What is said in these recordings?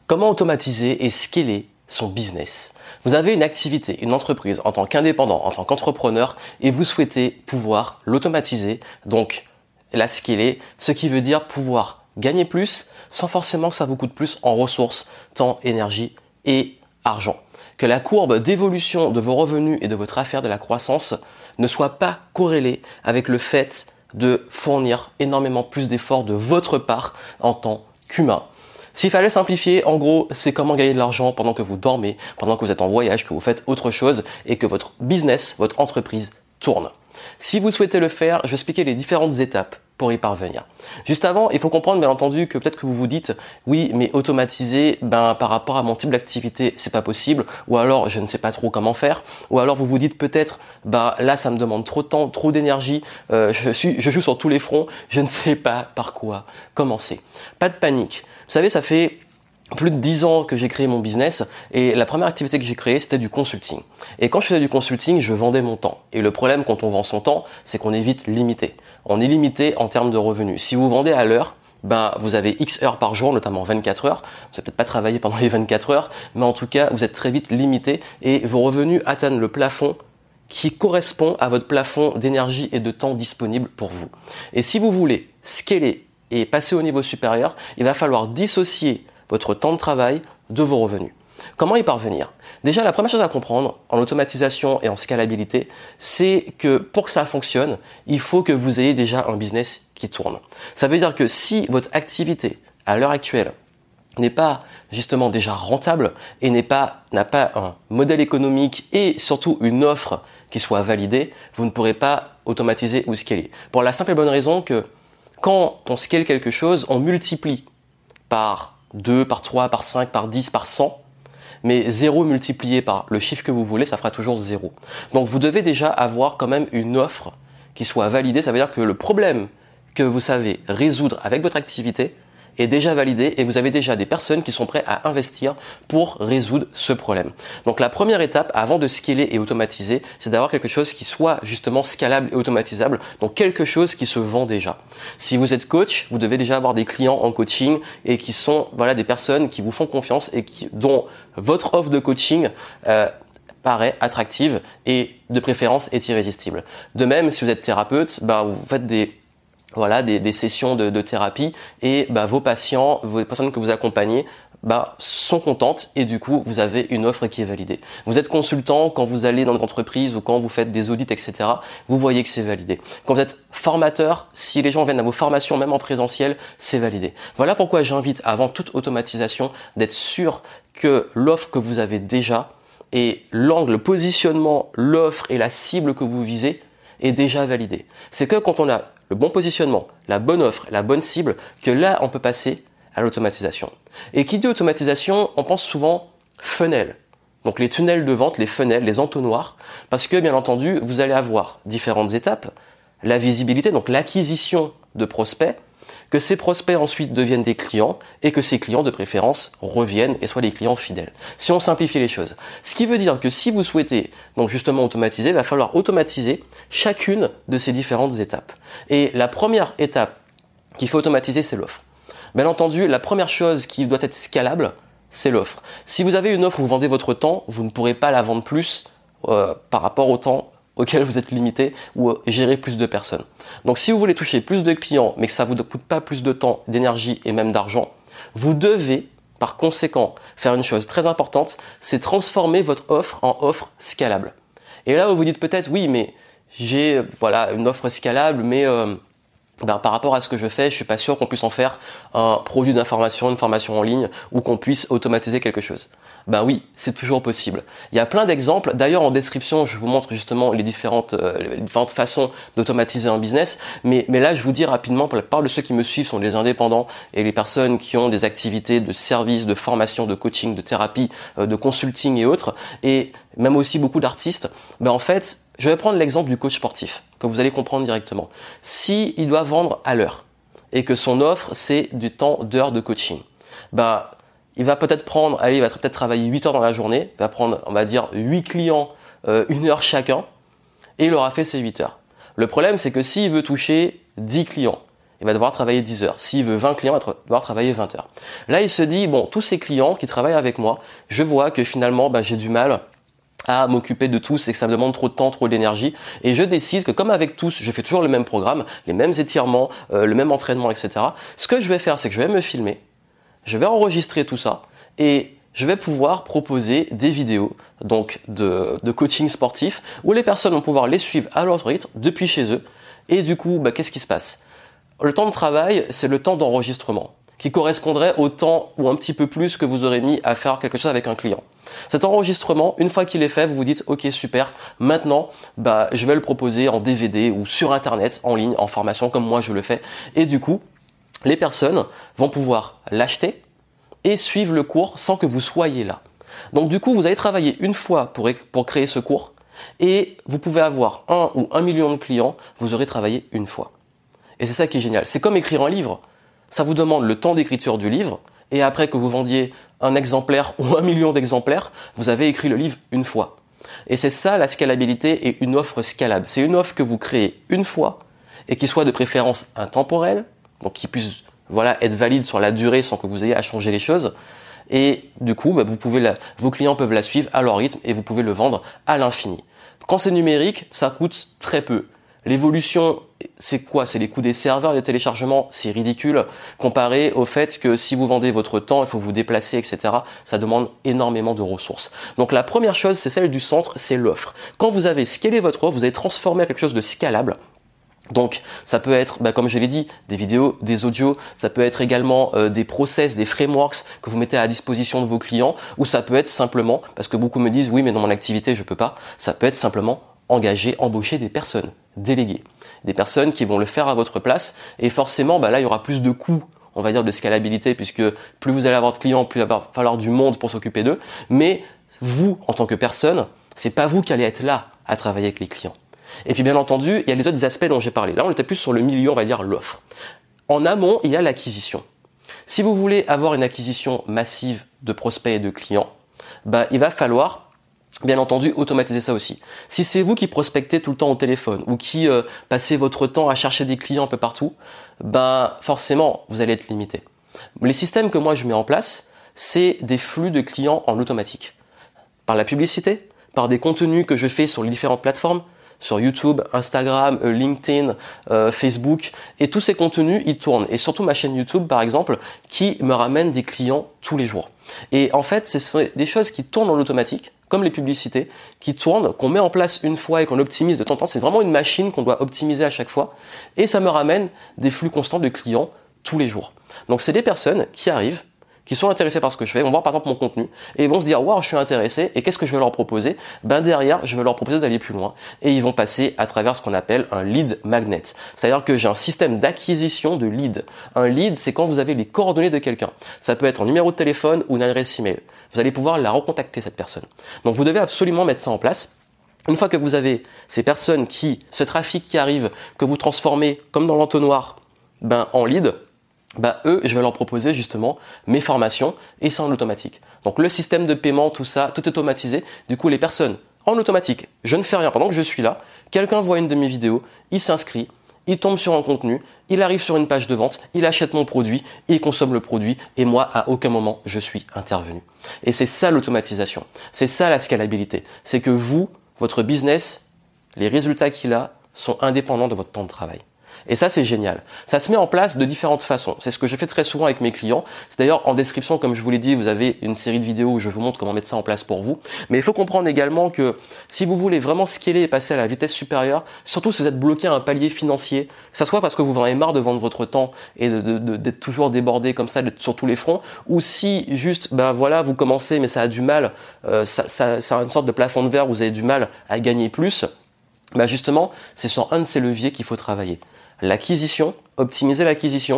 Comment automatiser et scaler son business? Vous avez une activité, une entreprise en tant qu'indépendant, en tant qu'entrepreneur et vous souhaitez pouvoir l'automatiser, donc la scaler, ce qui veut dire pouvoir gagner plus sans forcément que ça vous coûte plus en ressources, temps, énergie et argent. Que la courbe d'évolution de vos revenus et de votre affaire de la croissance ne soit pas corrélée avec le fait de fournir énormément plus d'efforts de votre part en tant qu'humain. S'il fallait simplifier, en gros, c'est comment gagner de l'argent pendant que vous dormez, pendant que vous êtes en voyage, que vous faites autre chose et que votre business, votre entreprise tourne. Si vous souhaitez le faire, je vais expliquer les différentes étapes pour y parvenir. Juste avant, il faut comprendre bien entendu que peut-être que vous vous dites oui, mais automatiser, par rapport à mon type d'activité, c'est pas possible, ou alors je ne sais pas trop comment faire, ou alors vous vous dites peut-être là ça me demande trop de temps, trop d'énergie, je joue sur tous les fronts, je ne sais pas par quoi commencer. Pas de panique. Vous savez, ça fait plus de 10 ans que j'ai créé mon business et la première activité que j'ai créée, c'était du consulting. Et quand je faisais du consulting, je vendais mon temps. Et le problème quand on vend son temps, c'est qu'on est vite limité. On est limité en termes de revenus. Si vous vendez à l'heure, vous avez X heures par jour, notamment 24 heures. Vous n'allez peut-être pas travailler pendant les 24 heures, mais en tout cas, vous êtes très vite limité et vos revenus atteignent le plafond qui correspond à votre plafond d'énergie et de temps disponible pour vous. Et si vous voulez scaler et passer au niveau supérieur, il va falloir dissocier votre temps de travail de vos revenus. Comment y parvenir? Déjà, la première chose à comprendre en automatisation et en scalabilité, c'est que pour que ça fonctionne, il faut que vous ayez déjà un business qui tourne. Ça veut dire que si votre activité, à l'heure actuelle, n'est pas justement déjà rentable et n'a pas un modèle économique et surtout une offre qui soit validée, vous ne pourrez pas automatiser ou scaler. Pour la simple et bonne raison que quand on scale quelque chose, on multiplie par 2, par 3, par 5, par 10, par 100, mais 0 multiplié par le chiffre que vous voulez, ça fera toujours 0. Donc vous devez déjà avoir quand même une offre qui soit validée, ça veut dire que le problème que vous savez résoudre avec votre activité est déjà validé et vous avez déjà des personnes qui sont prêtes à investir pour résoudre ce problème. Donc la première étape avant de scaler et automatiser, c'est d'avoir quelque chose qui soit justement scalable et automatisable, donc quelque chose qui se vend déjà. Si vous êtes coach, vous devez déjà avoir des clients en coaching et qui sont des personnes qui vous font confiance et dont votre offre de coaching paraît attractive et de préférence est irrésistible. De même, si vous êtes thérapeute, vous faites des sessions de thérapie et vos patients, vos personnes que vous accompagnez sont contentes et du coup vous avez une offre qui est validée. Vous êtes consultant quand vous allez dans des entreprises ou quand vous faites des audits, etc. Vous voyez que c'est validé. Quand vous êtes formateur, si les gens viennent à vos formations, même en présentiel, c'est validé. Voilà pourquoi j'invite avant toute automatisation d'être sûr que l'offre que vous avez déjà et l'angle, le positionnement, l'offre et la cible que vous visez est déjà validé. C'est que quand on a le bon positionnement, la bonne offre, la bonne cible, que là, on peut passer à l'automatisation. Et qui dit automatisation, on pense souvent funnel. Donc les tunnels de vente, les funnels, les entonnoirs, parce que bien entendu, vous allez avoir différentes étapes. La visibilité, donc l'acquisition de prospects, que ces prospects ensuite deviennent des clients et que ces clients de préférence reviennent et soient des clients fidèles. Si on simplifie les choses. Ce qui veut dire que si vous souhaitez donc justement automatiser, il va falloir automatiser chacune de ces différentes étapes. Et la première étape qu'il faut automatiser, c'est l'offre. Bien entendu, la première chose qui doit être scalable, c'est l'offre. Si vous avez une offre où vous vendez votre temps, vous ne pourrez pas la vendre plus par rapport au temps auquel vous êtes limité ou gérer plus de personnes. Donc si vous voulez toucher plus de clients mais que ça ne vous coûte pas plus de temps, d'énergie et même d'argent, vous devez par conséquent faire une chose très importante, c'est transformer votre offre en offre scalable. Et là vous vous dites peut-être oui mais j'ai une offre scalable mais par rapport à ce que je fais, je suis pas sûr qu'on puisse en faire un produit d'information, une formation en ligne ou qu'on puisse automatiser quelque chose. Oui, c'est toujours possible. Il y a plein d'exemples. D'ailleurs, en description, je vous montre justement les différentes façons d'automatiser un business. Mais là, je vous dis rapidement, pour la plupart de ceux qui me suivent sont les indépendants et les personnes qui ont des activités de service, de formation, de coaching, de thérapie, de consulting et autres. Et même aussi beaucoup d'artistes. En fait, je vais prendre l'exemple du coach sportif, que vous allez comprendre directement. Si il doit vendre à l'heure et que son offre, c'est du temps d'heure de coaching, il va peut-être travailler 8 heures dans la journée, il va prendre, on va dire, 8 clients, 1 heure chacun, et il aura fait ses 8 heures. Le problème, c'est que s'il veut toucher 10 clients il va devoir travailler 10 heures. S'il veut 20 clients, il va devoir travailler 20 heures. Là, il se dit, bon, tous ces clients qui travaillent avec moi, je vois que finalement, j'ai du mal à m'occuper de tous et que ça me demande trop de temps, trop d'énergie. Et je décide que comme avec tous, je fais toujours le même programme, les mêmes étirements, le même entraînement, etc. Ce que je vais faire, c'est que je vais me filmer, je vais enregistrer tout ça et je vais pouvoir proposer des vidéos donc de coaching sportif où les personnes vont pouvoir les suivre à leur rythme depuis chez eux. Et du coup, qu'est-ce qui se passe? Le temps de travail, c'est le temps d'enregistrement qui correspondrait au temps ou un petit peu plus que vous aurez mis à faire quelque chose avec un client. Cet enregistrement, une fois qu'il est fait, vous vous dites « Ok, super, maintenant, je vais le proposer en DVD ou sur Internet, en ligne, en formation, comme moi je le fais. » Et du coup, les personnes vont pouvoir l'acheter et suivre le cours sans que vous soyez là. Donc du coup, vous allez travailler une fois pour créer ce cours et vous pouvez avoir 1 ou 1 million de clients, vous aurez travaillé une fois. Et c'est ça qui est génial. C'est comme écrire un livre. Ça vous demande le temps d'écriture du livre et après que vous vendiez un exemplaire ou 1 million d'exemplaires, vous avez écrit le livre une fois. Et c'est ça la scalabilité et une offre scalable. C'est une offre que vous créez une fois et qui soit de préférence intemporelle, donc qui puisse être valide sur la durée sans que vous ayez à changer les choses. Et du coup, vos clients peuvent la suivre à leur rythme et vous pouvez le vendre à l'infini. Quand c'est numérique, ça coûte très peu. L'évolution, c'est quoi? C'est les coûts des serveurs, des téléchargements, c'est ridicule comparé au fait que si vous vendez votre temps, il faut vous déplacer, etc. Ça demande énormément de ressources. Donc la première chose, c'est celle du centre, c'est l'offre. Quand vous avez scalé votre offre, vous avez transformé à quelque chose de scalable. Donc ça peut être, comme je l'ai dit, des vidéos, des audios, ça peut être également des process, des frameworks que vous mettez à disposition de vos clients, ou ça peut être simplement, parce que beaucoup me disent oui mais dans mon activité je peux pas, ça peut être simplement embaucher des personnes, déléguer, des personnes qui vont le faire à votre place, et forcément là il y aura plus de coûts, on va dire de scalabilité, puisque plus vous allez avoir de clients, plus il va falloir du monde pour s'occuper d'eux, mais vous en tant que personne, c'est pas vous qui allez être là à travailler avec les clients. Et puis bien entendu, il y a les autres aspects dont j'ai parlé. Là, on était plus sur le milieu, on va dire l'offre. En amont, il y a l'acquisition. Si vous voulez avoir une acquisition massive de prospects et de clients, il va falloir, bien entendu, automatiser ça aussi. Si c'est vous qui prospectez tout le temps au téléphone ou qui passez votre temps à chercher des clients un peu partout, forcément, vous allez être limité. Les systèmes que moi je mets en place, c'est des flux de clients en automatique. Par la publicité, par des contenus que je fais sur les différentes plateformes, sur YouTube, Instagram, LinkedIn, Facebook, et tous ces contenus, ils tournent. Et surtout ma chaîne YouTube, par exemple, qui me ramène des clients tous les jours. Et en fait, c'est des choses qui tournent en automatique, comme les publicités, qui tournent, qu'on met en place une fois et qu'on optimise de temps en temps. C'est vraiment une machine qu'on doit optimiser à chaque fois. Et ça me ramène des flux constants de clients tous les jours. Donc c'est des personnes qui arrivent, qui sont intéressés par ce que je fais, vont voir par exemple mon contenu et ils vont se dire « Waouh, je suis intéressé et qu'est-ce que je vais leur proposer ?» Derrière, je vais leur proposer d'aller plus loin et ils vont passer à travers ce qu'on appelle un lead magnet. C'est-à-dire que j'ai un système d'acquisition de lead. Un lead, c'est quand vous avez les coordonnées de quelqu'un. Ça peut être un numéro de téléphone ou une adresse email. Vous allez pouvoir la recontacter, cette personne. Donc vous devez absolument mettre ça en place. Une fois que vous avez ces personnes ce trafic qui arrive, que vous transformez comme dans l'entonnoir, en lead, eux, je vais leur proposer justement mes formations et c'est en automatique. Donc le système de paiement, tout ça, tout est automatisé. Du coup, les personnes en automatique, je ne fais rien pendant que je suis là. Quelqu'un voit une de mes vidéos, il s'inscrit, il tombe sur un contenu, il arrive sur une page de vente, il achète mon produit, il consomme le produit et moi, à aucun moment, je suis intervenu. Et c'est ça l'automatisation. C'est ça la scalabilité. C'est que vous, votre business, les résultats qu'il a sont indépendants de votre temps de travail. Et ça, c'est génial. Ça se met en place de différentes façons. C'est ce que je fais très souvent avec mes clients. C'est d'ailleurs en description, comme je vous l'ai dit, vous avez une série de vidéos où je vous montre comment mettre ça en place pour vous. Mais il faut comprendre également que si vous voulez vraiment scaler et passer à la vitesse supérieure, surtout si vous êtes bloqué à un palier financier, que ça soit parce que vous en avez marre de vendre votre temps et d'être toujours débordé comme ça, d'être sur tous les fronts, ou si juste, vous commencez mais ça a du mal, ça a une sorte de plafond de verre où vous avez du mal à gagner plus, justement, c'est sur un de ces leviers qu'il faut travailler. L'acquisition, optimiser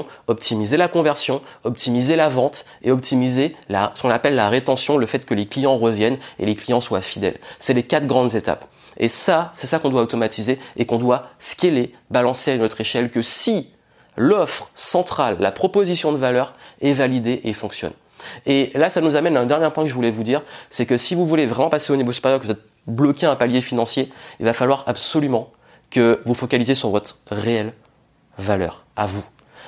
la conversion, optimiser la vente et optimiser ce qu'on appelle la rétention, le fait que les clients reviennent et les clients soient fidèles. C'est les 4 grandes étapes. Et ça, c'est ça qu'on doit automatiser et qu'on doit scaler, balancer à une autre échelle que si l'offre centrale, la proposition de valeur est validée et fonctionne. Et là, ça nous amène à un dernier point que je voulais vous dire, c'est que si vous voulez vraiment passer au niveau supérieur, que vous êtes bloqué à un palier financier, il va falloir absolument que vous focalisez sur votre réelle valeur à vous.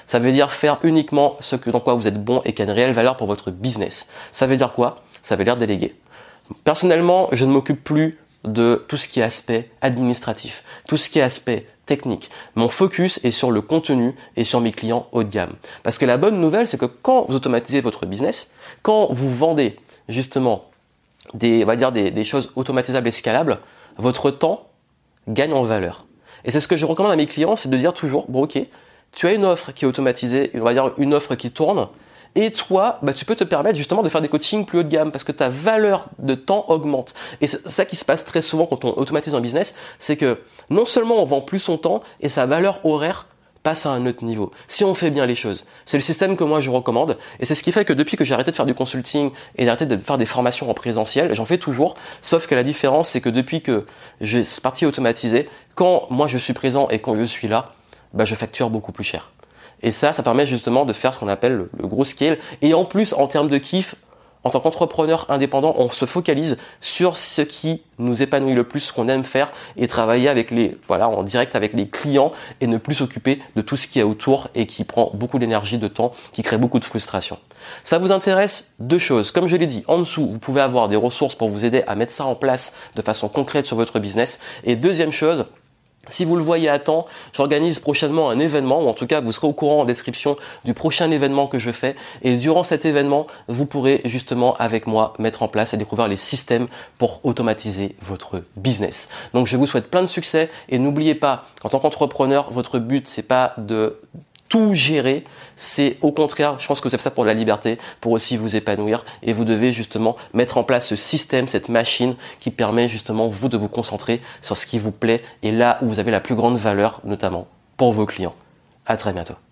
Ça veut dire faire uniquement ce dans quoi vous êtes bon et qui a une réelle valeur pour votre business. Ça veut dire quoi? Ça veut dire déléguer. Personnellement, je ne m'occupe plus de tout ce qui est aspect administratif, tout ce qui est aspect technique. Mon focus est sur le contenu et sur mes clients haut de gamme. Parce que la bonne nouvelle, c'est que quand vous automatisez votre business, quand vous vendez justement des choses automatisables et scalables, votre temps gagne en valeur. Et c'est ce que je recommande à mes clients, c'est de dire toujours, bon ok, tu as une offre qui est automatisée, on va dire une offre qui tourne, et toi, tu peux te permettre justement de faire des coachings plus haut de gamme parce que ta valeur de temps augmente. Et c'est ça qui se passe très souvent quand on automatise un business, c'est que non seulement on vend plus son temps et sa valeur horaire passe à un autre niveau. Si on fait bien les choses. C'est le système que moi je recommande et c'est ce qui fait que depuis que j'ai arrêté de faire du consulting et d'arrêter de faire des formations en présentiel, j'en fais toujours, sauf que la différence c'est que depuis que j'ai ce parti automatisé, quand moi je suis présent et quand je suis là, je facture beaucoup plus cher. Et ça permet justement de faire ce qu'on appelle le gros scale. Et en plus, en termes de kiff, en tant qu'entrepreneur indépendant, on se focalise sur ce qui nous épanouit le plus, ce qu'on aime faire et travailler en direct avec les clients et ne plus s'occuper de tout ce qui est autour et qui prend beaucoup d'énergie, de temps, qui crée beaucoup de frustration. Ça vous intéresse? Deux choses. Comme je l'ai dit, en dessous, vous pouvez avoir des ressources pour vous aider à mettre ça en place de façon concrète sur votre business. Et deuxième chose, si vous le voyez à temps, j'organise prochainement un événement, ou en tout cas vous serez au courant en description du prochain événement que je fais. Et durant cet événement, vous pourrez justement avec moi mettre en place et découvrir les systèmes pour automatiser votre business. Donc je vous souhaite plein de succès et n'oubliez pas, en tant qu'entrepreneur, votre but c'est pas de tout gérer, c'est au contraire, je pense que vous faites ça pour la liberté, pour aussi vous épanouir et vous devez justement mettre en place ce système, cette machine qui permet justement vous de vous concentrer sur ce qui vous plaît et là où vous avez la plus grande valeur, notamment pour vos clients. À très bientôt.